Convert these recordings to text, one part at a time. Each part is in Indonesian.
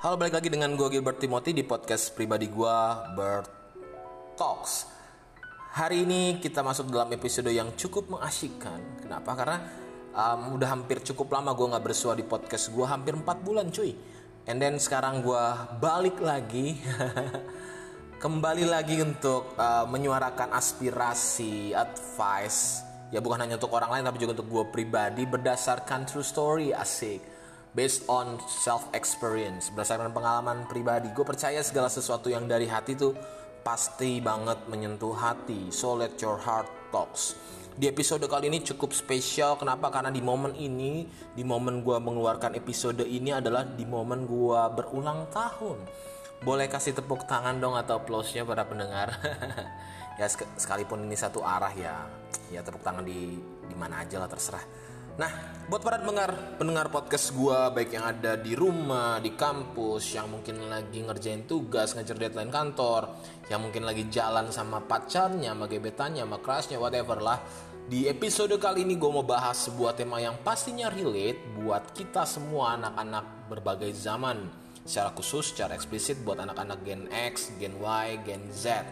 Halo, balik lagi dengan gue Gilbert Timothy di podcast pribadi gue, Bert Talks. Hari ini kita masuk dalam episode yang cukup mengasyikkan. Kenapa? Karena udah hampir cukup lama gue gak bersua di podcast gue, hampir 4 bulan cuy. And then sekarang gue balik lagi kembali lagi untuk menyuarakan aspirasi, advice. Ya bukan hanya untuk orang lain tapi juga untuk gue pribadi berdasarkan true story, asik. Based on self-experience, berdasarkan pengalaman pribadi. Gue percaya segala sesuatu yang dari hati tuh pasti banget menyentuh hati. So let your heart talks. Di episode kali ini cukup spesial. Kenapa? Karena di momen ini, di momen gue mengeluarkan episode ini adalah di momen gue berulang tahun. Boleh kasih tepuk tangan dong atau applause-nya para pendengar. Ya sekalipun ini satu arah ya tepuk tangan di mana aja lah, terserah. Nah, buat para pendengar podcast gue, baik yang ada di rumah, di kampus, yang mungkin lagi ngerjain tugas, ngejar deadline kantor, yang mungkin lagi jalan sama pacarnya, sama gebetannya, sama crushnya, whatever lah. Di episode kali ini gue mau bahas sebuah tema yang pastinya relate buat kita semua anak-anak berbagai zaman. Secara khusus, secara eksplisit buat anak-anak Gen X, Gen Y, Gen Z.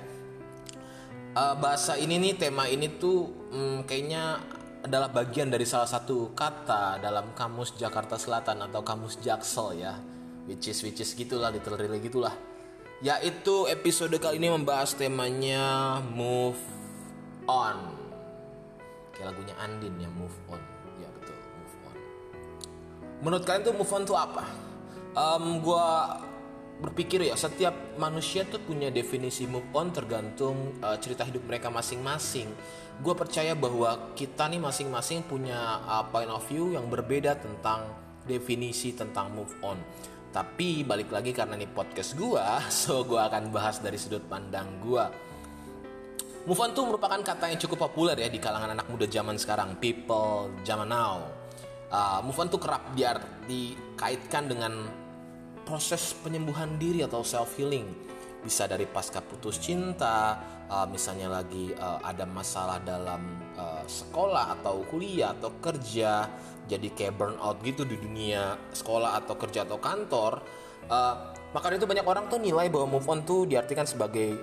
Bahasa ini nih, tema ini tuh kayaknya adalah bagian dari salah satu kata dalam kamus Jakarta Selatan atau kamus Jaksel ya, which is gitulah, literally gitulah. Yaitu episode kali ini membahas temanya move on. Kayak lagunya Andin ya, move on. Ya betul, move on. Menurut kalian tuh move on tuh apa? Gue berpikir ya, setiap manusia tuh punya definisi move on tergantung cerita hidup mereka masing-masing. Gue percaya bahwa kita nih masing-masing punya point of view yang berbeda tentang definisi tentang move on. Tapi balik lagi karena ini podcast gue, so gue akan bahas dari sudut pandang gue. Move on tuh merupakan kata yang cukup populer ya di kalangan anak muda zaman sekarang, people zaman now. Move on tuh kerap dikaitkan dengan proses penyembuhan diri atau self healing. Bisa dari pasca putus cinta, misalnya lagi ada masalah dalam sekolah atau kuliah atau kerja, jadi kayak burnout gitu di dunia sekolah atau kerja atau kantor. Maka itu banyak orang tuh nilai bahwa move on tuh diartikan sebagai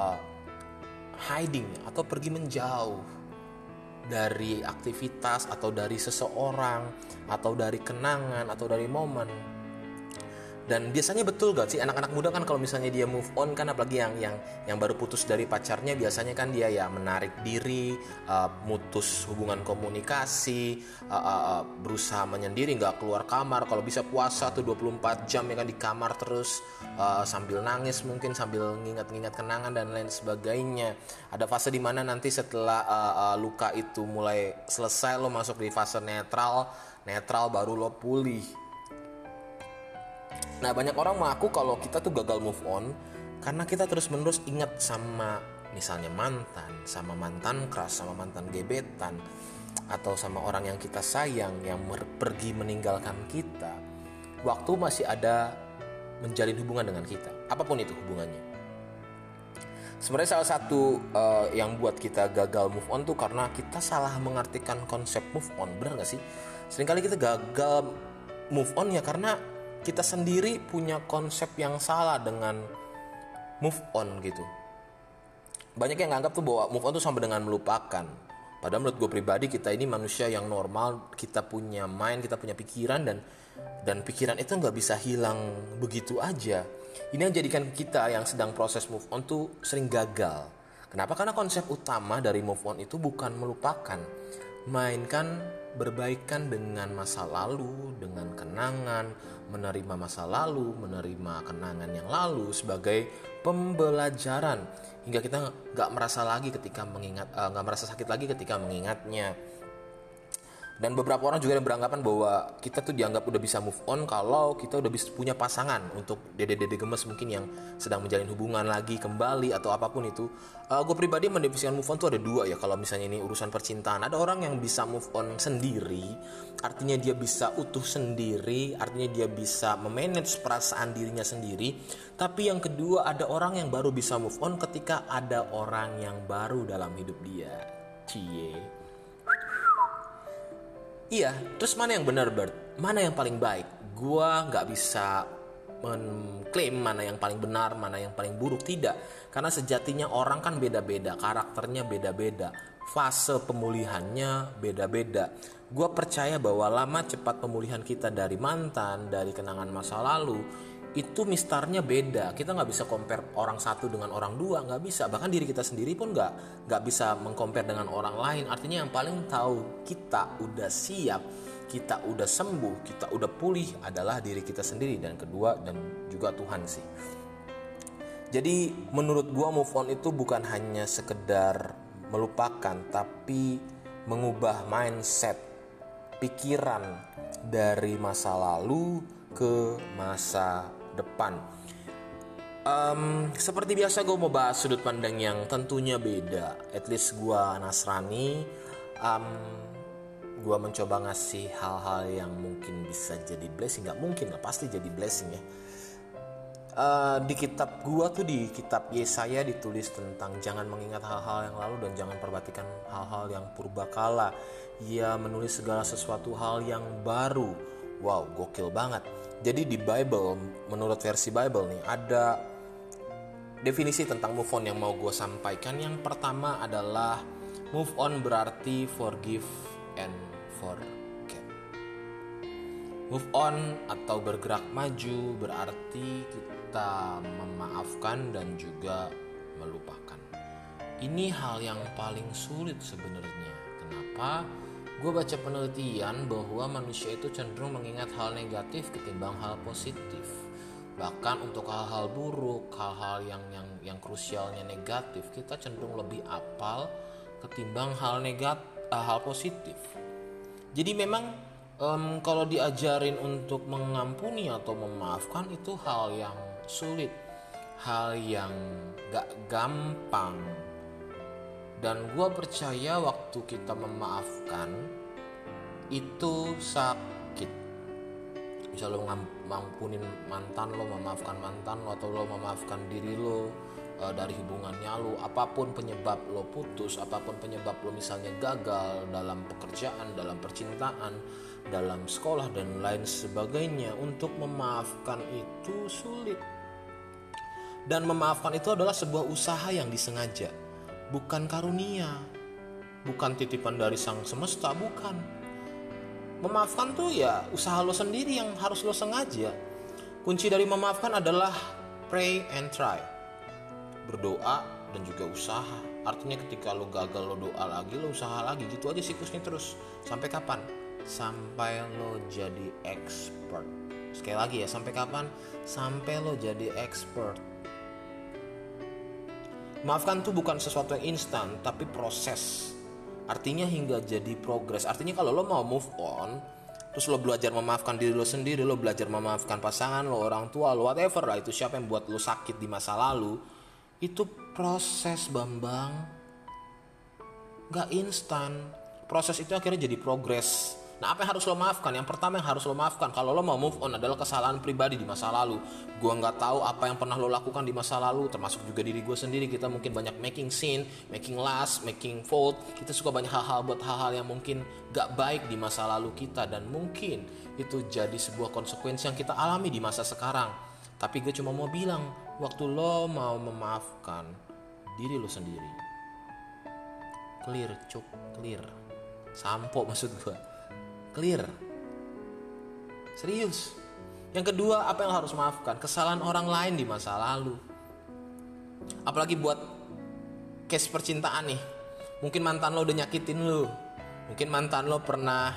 hiding atau pergi menjauh dari aktivitas atau dari seseorang atau dari kenangan atau dari momen. Dan biasanya betul gak sih anak-anak muda kan kalau misalnya dia move on kan, apalagi yang baru putus dari pacarnya, biasanya kan dia ya menarik diri, mutus hubungan komunikasi, berusaha menyendiri, nggak keluar kamar, kalau bisa puasa tuh 24 jam ya kan di kamar terus, sambil nangis mungkin, sambil ngingat-ngingat kenangan dan lain sebagainya. Ada fase dimana nanti setelah luka itu mulai selesai, lo masuk di fase netral baru lo pulih. Nah, banyak orang mengaku kalau kita tuh gagal move on karena kita terus-menerus ingat sama misalnya mantan, sama mantan crush, sama mantan gebetan, atau sama orang yang kita sayang yang pergi meninggalkan kita waktu masih ada menjalin hubungan dengan kita, apapun itu hubungannya. Sebenarnya salah satu yang buat kita gagal move on tuh karena kita salah mengartikan konsep move on. Benar gak sih? Seringkali kita gagal move on ya karena kita sendiri punya konsep yang salah dengan move on gitu. Banyak yang nganggap tuh bahwa move on tuh sama dengan melupakan. Padahal menurut gue pribadi, kita ini manusia yang normal, kita punya mind, kita punya pikiran, dan pikiran itu nggak bisa hilang begitu aja. Ini yang jadikan kita yang sedang proses move on tuh sering gagal. Kenapa? Karena konsep utama dari move on itu bukan melupakan, melainkan berbaikan dengan masa lalu, dengan kenangan, menerima masa lalu, menerima kenangan yang lalu sebagai pembelajaran hingga kita nggak merasa sakit lagi ketika mengingatnya. Dan beberapa orang juga beranggapan bahwa kita tuh dianggap udah bisa move on kalau kita udah bisa punya pasangan, untuk dede-dede gemes mungkin yang sedang menjalin hubungan lagi kembali atau apapun itu. Gue pribadi mendefinisikan move on tuh ada dua ya. Kalau misalnya ini urusan percintaan, ada orang yang bisa move on sendiri, artinya dia bisa utuh sendiri, artinya dia bisa memanage perasaan dirinya sendiri. Tapi yang kedua, ada orang yang baru bisa move on ketika ada orang yang baru dalam hidup dia. Cie. Iya, terus mana yang benar, Bert? Mana yang paling baik? Gua nggak bisa mengklaim mana yang paling benar, mana yang paling buruk. Tidak, karena sejatinya orang kan beda-beda, karakternya beda-beda, fase pemulihannya beda-beda. Gue percaya bahwa lama cepat pemulihan kita dari mantan, dari kenangan masa lalu, itu mistarnya beda. Kita nggak bisa compare orang satu dengan orang dua, nggak bisa. Bahkan diri kita sendiri pun nggak bisa mengcompare dengan orang lain. Artinya yang paling tahu kita udah siap, kita udah sembuh, kita udah pulih adalah diri kita sendiri, dan kedua dan juga Tuhan sih. Jadi menurut gua move on itu bukan hanya sekedar melupakan, tapi mengubah mindset, pikiran dari masa lalu ke masa depan. Seperti biasa gue mau bahas sudut pandang yang tentunya beda. At least gue Nasrani, gue mencoba ngasih hal-hal yang mungkin bisa jadi blessing. Gak mungkin lah, pasti jadi blessing ya. Di kitab gue tuh, di kitab Yesaya ditulis tentang jangan mengingat hal-hal yang lalu dan jangan perbatikan hal-hal yang purbakala. Ia menulis segala sesuatu hal yang baru. Wow, gokil banget. Jadi di Bible, menurut versi Bible nih, ada definisi tentang move on yang mau gue sampaikan. Yang pertama adalah move on berarti forgive and forget. Move on atau bergerak maju berarti kita memaafkan dan juga melupakan. Ini hal yang paling sulit sebenarnya. Kenapa? Gue baca penelitian bahwa manusia itu cenderung mengingat hal negatif ketimbang hal positif. Bahkan untuk hal-hal buruk, hal-hal yang krusialnya negatif, kita cenderung lebih apal ketimbang hal positif. Jadi memang kalau diajarin untuk mengampuni atau memaafkan itu hal yang sulit, hal yang gak gampang. Dan gue percaya waktu kita memaafkan itu sakit. Misal lo ngampunin mantan lo, memaafkan mantan lo, atau lo memaafkan diri lo dari hubungannya lo, apapun penyebab lo putus, apapun penyebab lo misalnya gagal dalam pekerjaan, dalam percintaan, dalam sekolah dan lain sebagainya, untuk memaafkan itu sulit. Dan memaafkan itu adalah sebuah usaha yang disengaja, bukan karunia, bukan titipan dari sang semesta, bukan. Memaafkan tuh ya usaha lo sendiri yang harus lo sengaja. Kunci dari memaafkan adalah pray and try, berdoa dan juga usaha. Artinya ketika lo gagal, lo doa lagi, lo usaha lagi, gitu aja siklusnya terus. Sampai kapan? Sampai lo jadi expert. Sekali lagi ya, sampai kapan? Sampai lo jadi expert. Maafkan tuh bukan sesuatu yang instan, tapi proses. Artinya hingga jadi progres. Artinya kalau lo mau move on, terus lo belajar memaafkan diri lo sendiri, lo belajar memaafkan pasangan lo, orang tua lo, whatever lah itu, siapa yang buat lo sakit di masa lalu, itu proses, Bambang. Gak instan. Proses itu akhirnya jadi progres. Nah, apa yang harus lo maafkan? Yang pertama yang harus lo maafkan kalau lo mau move on adalah kesalahan pribadi di masa lalu. Gue gak tahu apa yang pernah lo lakukan di masa lalu, termasuk juga diri gue sendiri. Kita mungkin banyak making sin, making lust, making fault. Kita suka banyak hal-hal buat hal-hal yang mungkin gak baik di masa lalu kita, dan mungkin itu jadi sebuah konsekuensi yang kita alami di masa sekarang. Tapi gue cuma mau bilang, waktu lo mau memaafkan diri lo sendiri, clear, cuk, clear, sampo maksud gue, clear, serius. Yang kedua, apa yang harus maafkan? Kesalahan orang lain di masa lalu. Apalagi buat case percintaan nih. Mungkin mantan lo udah nyakitin lo. Mungkin mantan lo pernah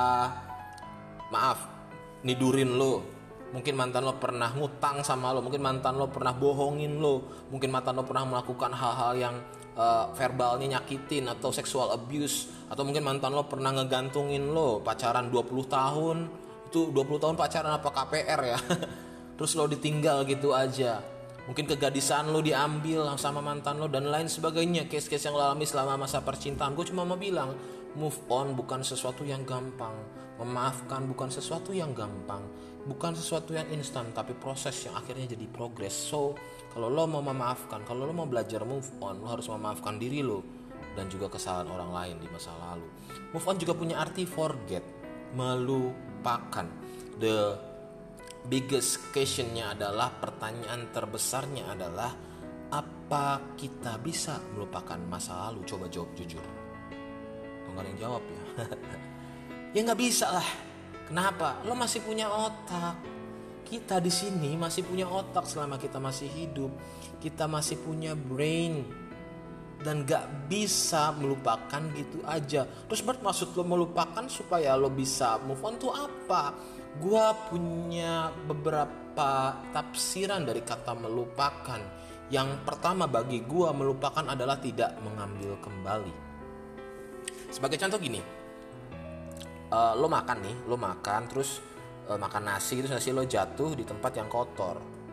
nidurin lo. Mungkin mantan lo pernah ngutang sama lo. Mungkin mantan lo pernah bohongin lo. Mungkin mantan lo pernah melakukan hal-hal yang verbalnya nyakitin atau sexual abuse. Atau mungkin mantan lo pernah ngegantungin lo, pacaran 20 tahun. Itu 20 tahun pacaran apa KPR ya. Terus lo ditinggal gitu aja. Mungkin kegadisan lo diambil sama mantan lo dan lain sebagainya. Case-case yang lo alami selama masa percintaan. Gue cuma mau bilang, move on bukan sesuatu yang gampang. Memaafkan bukan sesuatu yang gampang. Bukan sesuatu yang instan, tapi proses yang akhirnya jadi progress. So, kalau lo mau memaafkan, kalau lo mau belajar move on, lo harus memaafkan diri lo dan juga kesalahan orang lain di masa lalu. Move on juga punya arti forget, melupakan. The biggest questionnya adalah, pertanyaan terbesarnya adalah, apa kita bisa melupakan masa lalu? Coba jawab jujur. Nggak ada yang jawab ya. Ya nggak bisa lah. Kenapa? Lo masih punya otak. Kita di sini masih punya otak selama kita masih hidup. Kita masih punya brain. Dan gak bisa melupakan gitu aja. Terus maksud lo melupakan supaya lo bisa move on tuh apa? Gua punya beberapa tafsiran dari kata melupakan. Yang pertama bagi gua, melupakan adalah tidak mengambil kembali. Sebagai contoh gini, lo makan terus makan nasi, terus nasi lo jatuh di tempat yang kotor.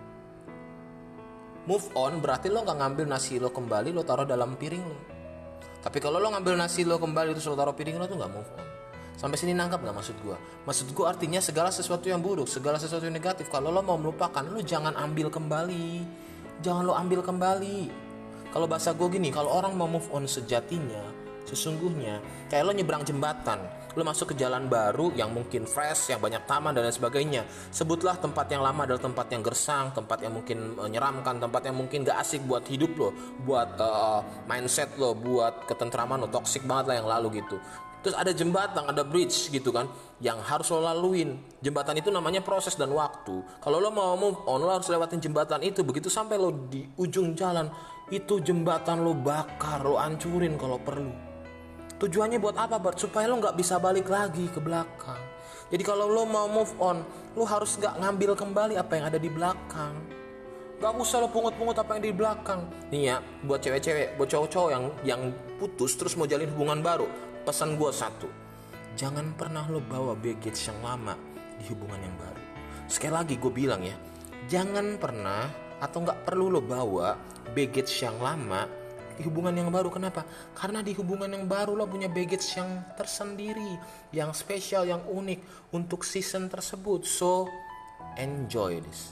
Move on berarti lo gak ngambil nasi lo kembali, lo taruh dalam piring lo. Tapi kalau lo ngambil nasi lo kembali terus lo taruh piring lo, tuh gak move on. Sampai sini nangkap gak maksud gue? Maksud gue artinya segala sesuatu yang buruk, segala sesuatu yang negatif, kalau lo mau melupakan, lo jangan ambil kembali. Jangan lo ambil kembali. Kalau bahasa gue gini, kalau orang mau move on sejatinya, sesungguhnya kayak lo nyebrang jembatan, lo masuk ke jalan baru yang mungkin fresh, yang banyak taman dan lain sebagainya. Sebutlah tempat yang lama adalah tempat yang gersang, tempat yang mungkin menyeramkan, tempat yang mungkin gak asik buat hidup lo, buat mindset lo, buat ketentraman lo, toxic banget lah yang lalu gitu. Terus ada jembatan, ada bridge gitu kan, yang harus lo laluin. Jembatan itu namanya proses dan waktu. Kalau lo mau move on, lo harus lewatin jembatan itu. Begitu sampai lo di ujung jalan, itu jembatan lo bakar, lo hancurin kalau perlu. Tujuannya buat apa, Bart? Supaya lo gak bisa balik lagi ke belakang. Jadi kalau lo mau move on, lo harus gak ngambil kembali apa yang ada di belakang. Gak usah lo pungut-pungut apa yang di belakang. Nih ya, buat cewek-cewek, buat cowok-cowok yang putus terus mau jalin hubungan baru, pesan gue satu, jangan pernah lo bawa baggage yang lama di hubungan yang baru. Sekali lagi gue bilang ya, jangan pernah atau gak perlu lo bawa baggage yang lama di hubungan yang baru. Kenapa? Karena di hubungan yang baru lo punya baggage yang tersendiri, yang spesial, yang unik untuk season tersebut. So, enjoy this.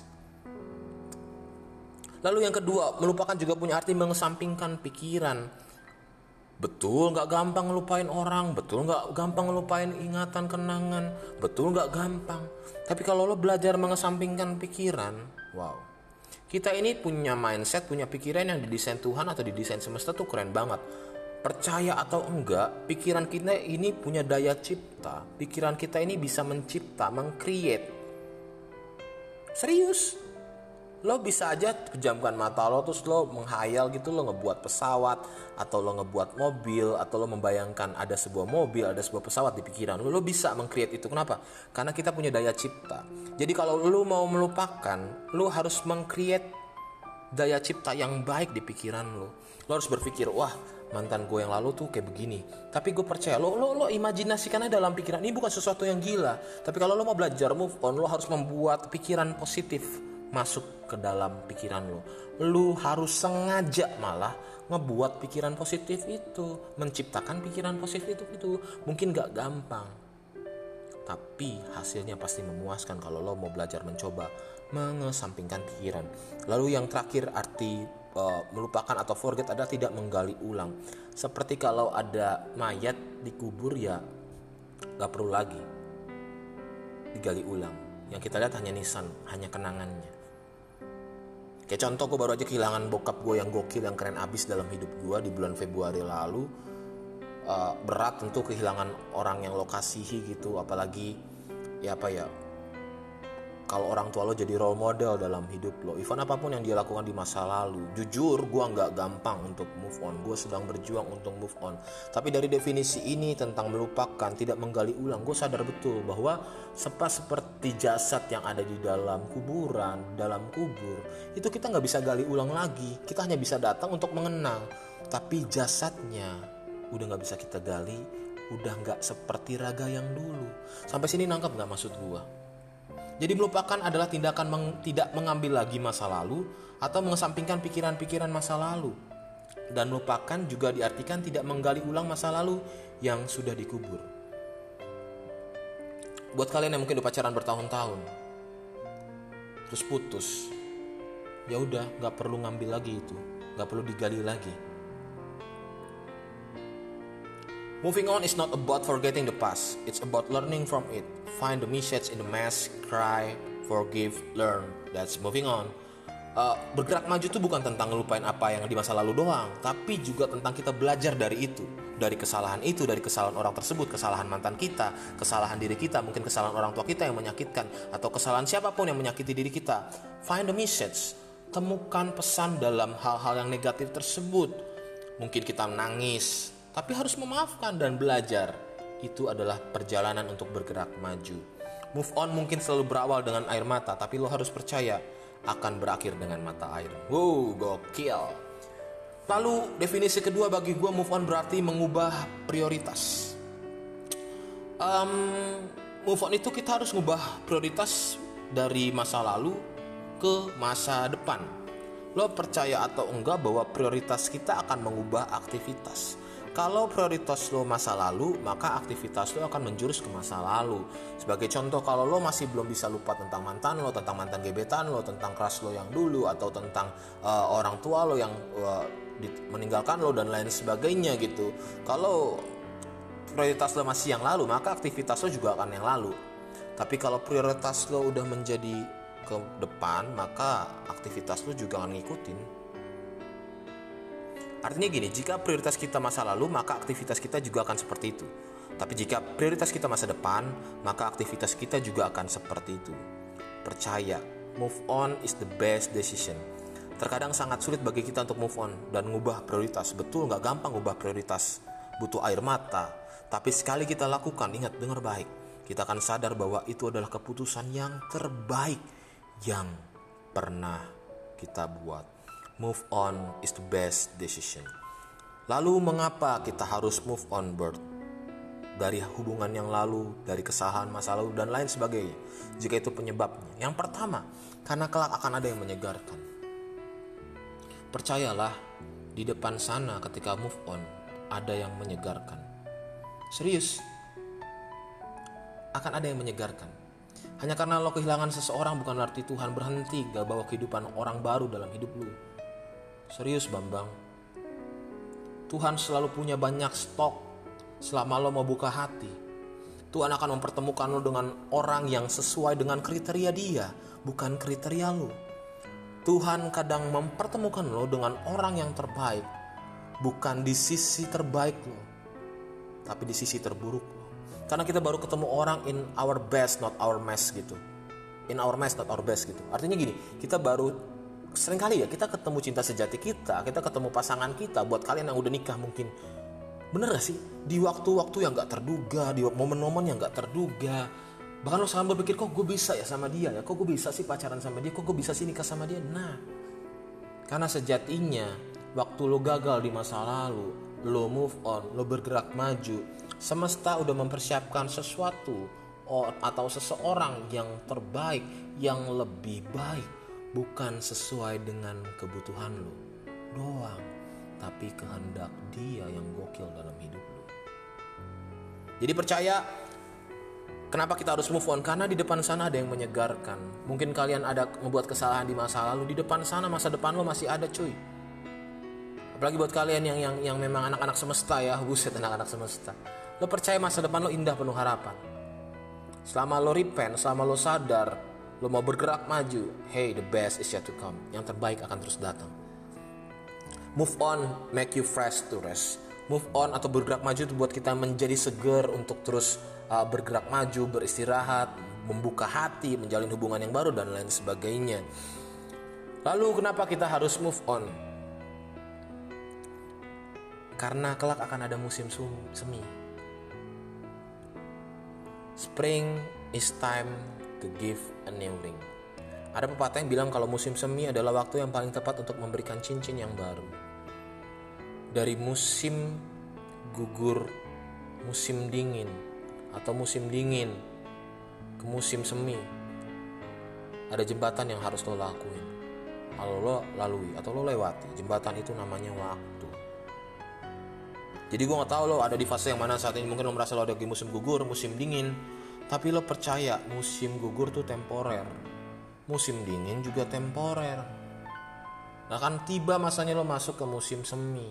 Lalu yang kedua, melupakan juga punya arti mengesampingkan pikiran. Betul gak gampang ngelupain orang, betul gak gampang ngelupain ingatan, kenangan, betul gak gampang. Tapi kalau lo belajar mengesampingkan pikiran, wow. Kita ini punya mindset, punya pikiran yang didesain Tuhan atau didesain semesta tuh keren banget. Percaya atau enggak, pikiran kita ini punya daya cipta. Pikiran kita ini bisa mencipta, meng-create. Serius. Lo bisa aja pejamkan mata lo terus lo menghayal gitu, lo ngebuat pesawat atau lo ngebuat mobil atau lo membayangkan ada sebuah mobil, ada sebuah pesawat di pikiran lo. Lo bisa meng-create itu. Kenapa? Karena kita punya daya cipta. Jadi kalau lo mau melupakan, lo harus meng-create daya cipta yang baik di pikiran lo. Lo harus berpikir, wah mantan gue yang lalu tuh kayak begini. Tapi gue percaya lo imajinasikan aja dalam pikiran. Ini bukan sesuatu yang gila. Tapi kalau lo mau belajar move on, lo harus membuat pikiran positif masuk ke dalam pikiran lo. Lo harus sengaja malah ngebuat pikiran positif itu, menciptakan pikiran positif itu. Mungkin gak gampang, tapi hasilnya pasti memuaskan kalau lo mau belajar mencoba mengesampingkan pikiran. Lalu yang terakhir, arti melupakan atau forget adalah tidak menggali ulang. Seperti kalau ada mayat dikubur, ya gak perlu lagi digali ulang. Yang kita lihat hanya nisan, hanya kenangannya. Kayak contoh, gue baru aja kehilangan bokap gue yang gokil, yang keren abis dalam hidup gue di bulan Februari lalu. Berat tentu kehilangan orang yang lo kasihi gitu, apalagi kalau orang tua lo jadi role model dalam hidup lo, even apapun yang dia lakukan di masa lalu. Jujur, gue gak gampang untuk move on, gue sedang berjuang untuk move on. Tapi dari definisi ini tentang melupakan, tidak menggali ulang, gue sadar betul bahwa seperti jasad yang ada di dalam kuburan, dalam kubur, itu kita gak bisa gali ulang lagi. Kita hanya bisa datang untuk mengenang, tapi jasadnya udah gak bisa kita gali, udah gak seperti raga yang dulu. Sampai sini nangkep gak maksud gue? Jadi melupakan adalah tindakan tidak mengambil lagi masa lalu atau mengesampingkan pikiran-pikiran masa lalu. Dan melupakan juga diartikan tidak menggali ulang masa lalu yang sudah dikubur. Buat kalian yang mungkin udah pacaran bertahun-tahun, terus putus, ya udah, nggak perlu ngambil lagi itu, nggak perlu digali lagi. Moving on is not about forgetting the past. It's about learning from it. Find the message in the mess, cry, forgive, learn, that's moving on. Bergerak maju itu bukan tentang ngelupain apa yang di masa lalu doang, tapi juga tentang kita belajar dari itu, dari kesalahan itu, dari kesalahan orang tersebut, kesalahan mantan kita, kesalahan diri kita, mungkin kesalahan orang tua kita yang menyakitkan, atau kesalahan siapapun yang menyakiti diri kita. Find the message, temukan pesan dalam hal-hal yang negatif tersebut. Mungkin kita menangis, tapi harus memaafkan dan belajar. Itu adalah perjalanan untuk bergerak maju. Move on mungkin selalu berawal dengan air mata, tapi lo harus percaya akan berakhir dengan mata air. Wow, gokil. Lalu definisi kedua bagi gue, move on berarti mengubah prioritas. Move on itu kita harus ngubah prioritas dari masa lalu ke masa depan. Lo percaya atau enggak bahwa prioritas kita akan mengubah aktivitas. Kalau prioritas lo masa lalu, maka aktivitas lo akan menjurus ke masa lalu. Sebagai contoh, kalau lo masih belum bisa lupa tentang mantan lo, tentang mantan gebetan lo, tentang crush lo yang dulu, atau tentang orang tua lo yang meninggalkan lo dan lain sebagainya gitu. Kalau prioritas lo masih yang lalu, maka aktivitas lo juga akan yang lalu. Tapi kalau prioritas lo udah menjadi ke depan, maka aktivitas lo juga akan ngikutin. Artinya gini, jika prioritas kita masa lalu, maka aktivitas kita juga akan seperti itu. Tapi jika prioritas kita masa depan, maka aktivitas kita juga akan seperti itu. Percaya, move on is the best decision. Terkadang sangat sulit bagi kita untuk move on dan ngubah prioritas. Betul, gak gampang ngubah prioritas. Butuh air mata. Tapi sekali kita lakukan, ingat, dengar baik, kita akan sadar bahwa itu adalah keputusan yang terbaik yang pernah kita buat. Move on is the best decision. Lalu mengapa kita harus move on, Bert? Dari hubungan yang lalu, dari kesalahan masa lalu dan lain sebagainya. Jika itu penyebabnya. Yang pertama, karena kelak akan ada yang menyegarkan. Percayalah, di depan sana ketika move on, ada yang menyegarkan. Serius, akan ada yang menyegarkan. Hanya karena lo kehilangan seseorang bukan arti Tuhan berhenti gak bawa kehidupan orang baru dalam hidup lo. Serius Bambang, Tuhan selalu punya banyak stok selama lo mau buka hati. Tuhan akan mempertemukan lo dengan orang yang sesuai dengan kriteria dia, bukan kriteria lo. Tuhan kadang mempertemukan lo dengan orang yang terbaik, bukan di sisi terbaik lo, tapi di sisi terburuk lo. Karena kita baru ketemu orang in our best, not our mess gitu. In our mess, not our best gitu. Artinya gini, kita baru seringkali ya kita ketemu cinta sejati kita ketemu pasangan kita. Buat kalian yang udah nikah mungkin, bener gak sih? Di waktu-waktu yang gak terduga, di momen-momen yang gak terduga, bahkan lo selalu berpikir, kok gue bisa ya sama dia ya, kok gue bisa sih pacaran sama dia, kok gue bisa sih nikah sama dia. Nah, karena sejatinya waktu lo gagal di masa lalu, lo move on, lo bergerak maju, semesta udah mempersiapkan sesuatu atau seseorang yang terbaik, yang lebih baik. Bukan sesuai dengan kebutuhan lo doang, tapi kehendak dia yang gokil dalam hidup lo. Jadi percaya, kenapa kita harus move on? Karena di depan sana ada yang menyegarkan. Mungkin kalian ada membuat kesalahan di masa lalu, di depan sana masa depan lo masih ada cuy. Apalagi buat kalian yang memang anak-anak semesta ya, buset anak-anak semesta. Lo percaya masa depan lo indah penuh harapan. Selama lo repent, selama lo sadar, lo mau bergerak maju, hey, the best is yet to come. Yang terbaik akan terus datang. Move on, make you fresh to rest. Move on atau bergerak maju itu buat kita menjadi seger untuk terus bergerak maju, beristirahat, membuka hati, menjalin hubungan yang baru dan lain sebagainya. Lalu kenapa kita harus move on? Karena kelak akan ada musim semi. Spring is time to give a new ring. Ada pepatah yang bilang kalau musim semi adalah waktu yang paling tepat untuk memberikan cincin yang baru. Dari musim gugur, musim dingin, atau musim dingin ke musim semi, ada jembatan yang harus lo lakuin. Kalau lo lalui atau lo lewati, jembatan itu namanya waktu. Jadi gue gak tahu lo ada di fase yang mana saat ini. Mungkin lo merasa lo ada di musim gugur, musim dingin, tapi lo percaya musim gugur tuh temporer, musim dingin juga temporer. Nah kan tiba masanya lo masuk ke musim semi.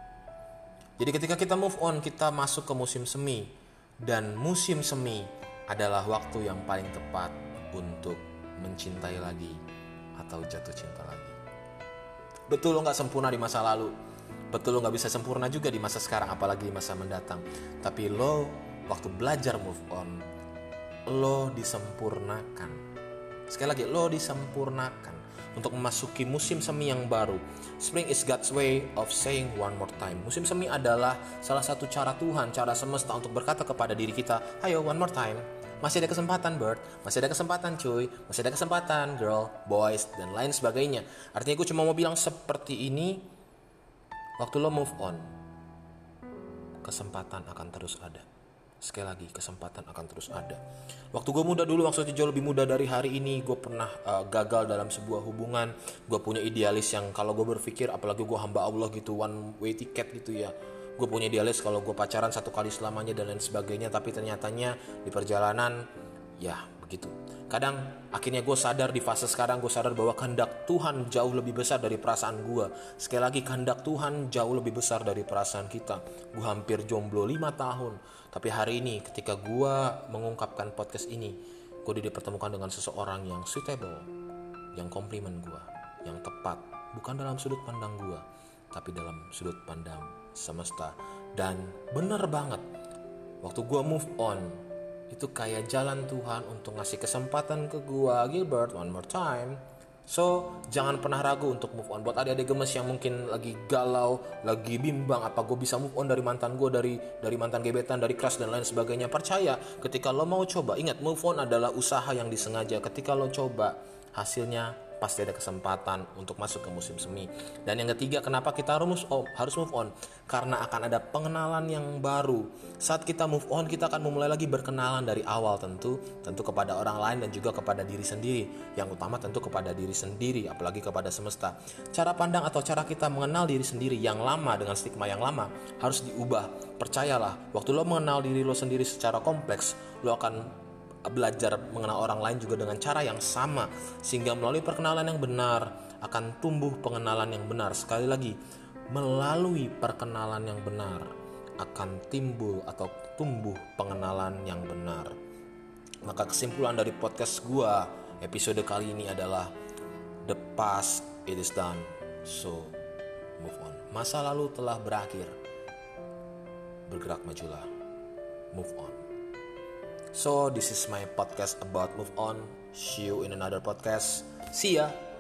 Jadi ketika kita move on, kita masuk ke musim semi. Dan musim semi adalah waktu yang paling tepat untuk mencintai lagi atau jatuh cinta lagi. Betul lo gak sempurna di masa lalu, betul lo gak bisa sempurna juga di masa sekarang, apalagi di masa mendatang. Tapi lo waktu belajar move on, lo disempurnakan. Sekali lagi, lo disempurnakan untuk memasuki musim semi yang baru. Spring is God's way of saying one more time. Musim semi adalah salah satu cara Tuhan, cara semesta untuk berkata kepada diri kita, ayo one more time. Masih ada kesempatan Bert, masih ada kesempatan cuy, masih ada kesempatan girl, boys, dan lain sebagainya. Artinya gue cuma mau bilang seperti ini, waktu lo move on, kesempatan akan terus ada. Sekali lagi, kesempatan akan terus ada. Waktu gue muda dulu, maksudnya jauh lebih muda dari hari ini, gue pernah gagal dalam sebuah hubungan. Gue punya idealis yang kalau gue berpikir, apalagi gue hamba Allah gitu, one way ticket gitu ya. Gue punya idealis kalau gue pacaran satu kali selamanya dan lain sebagainya. Tapi ternyatanya di perjalanan, ya begitu. Kadang akhirnya gue sadar di fase sekarang, gue sadar bahwa kehendak Tuhan jauh lebih besar dari perasaan gue. Sekali lagi, kehendak Tuhan jauh lebih besar dari perasaan kita. Gue hampir jomblo 5 tahun. Tapi hari ini ketika gue mengungkapkan podcast ini, gue dipertemukan dengan seseorang yang suitable, yang komplimen gue, yang tepat. Bukan dalam sudut pandang gue, tapi dalam sudut pandang semesta. Dan bener banget, waktu gue move on, itu kayak jalan Tuhan untuk ngasih kesempatan ke gue, Gilbert, one more time. So, jangan pernah ragu untuk move on. Buat adik-adik gemes yang mungkin lagi galau, lagi bimbang, apa gue bisa move on dari mantan gue, dari mantan gebetan, dari crush dan lain sebagainya. Percaya, ketika lo mau coba, ingat, move on adalah usaha yang disengaja. Ketika lo coba, hasilnya pasti ada kesempatan untuk masuk ke musim semi. Dan yang ketiga, kenapa kita harus move on? Karena akan ada pengenalan yang baru. Saat kita move on, kita akan memulai lagi berkenalan dari awal, tentu kepada orang lain dan juga kepada diri sendiri. Yang utama tentu kepada diri sendiri, apalagi kepada semesta. Cara pandang atau cara kita mengenal diri sendiri yang lama dengan stigma yang lama harus diubah. Percayalah, waktu lo mengenal diri lo sendiri secara kompleks, lo akan belajar mengenal orang lain juga dengan cara yang sama, sehingga melalui perkenalan yang benar akan tumbuh pengenalan yang benar. Sekali lagi, melalui perkenalan yang benar akan timbul atau tumbuh pengenalan yang benar. Maka kesimpulan dari podcast gua episode kali ini adalah the past it is done, so move on. Masa lalu telah berakhir, bergerak majulah, move on. So this is my podcast about move on. See you in another podcast. See ya.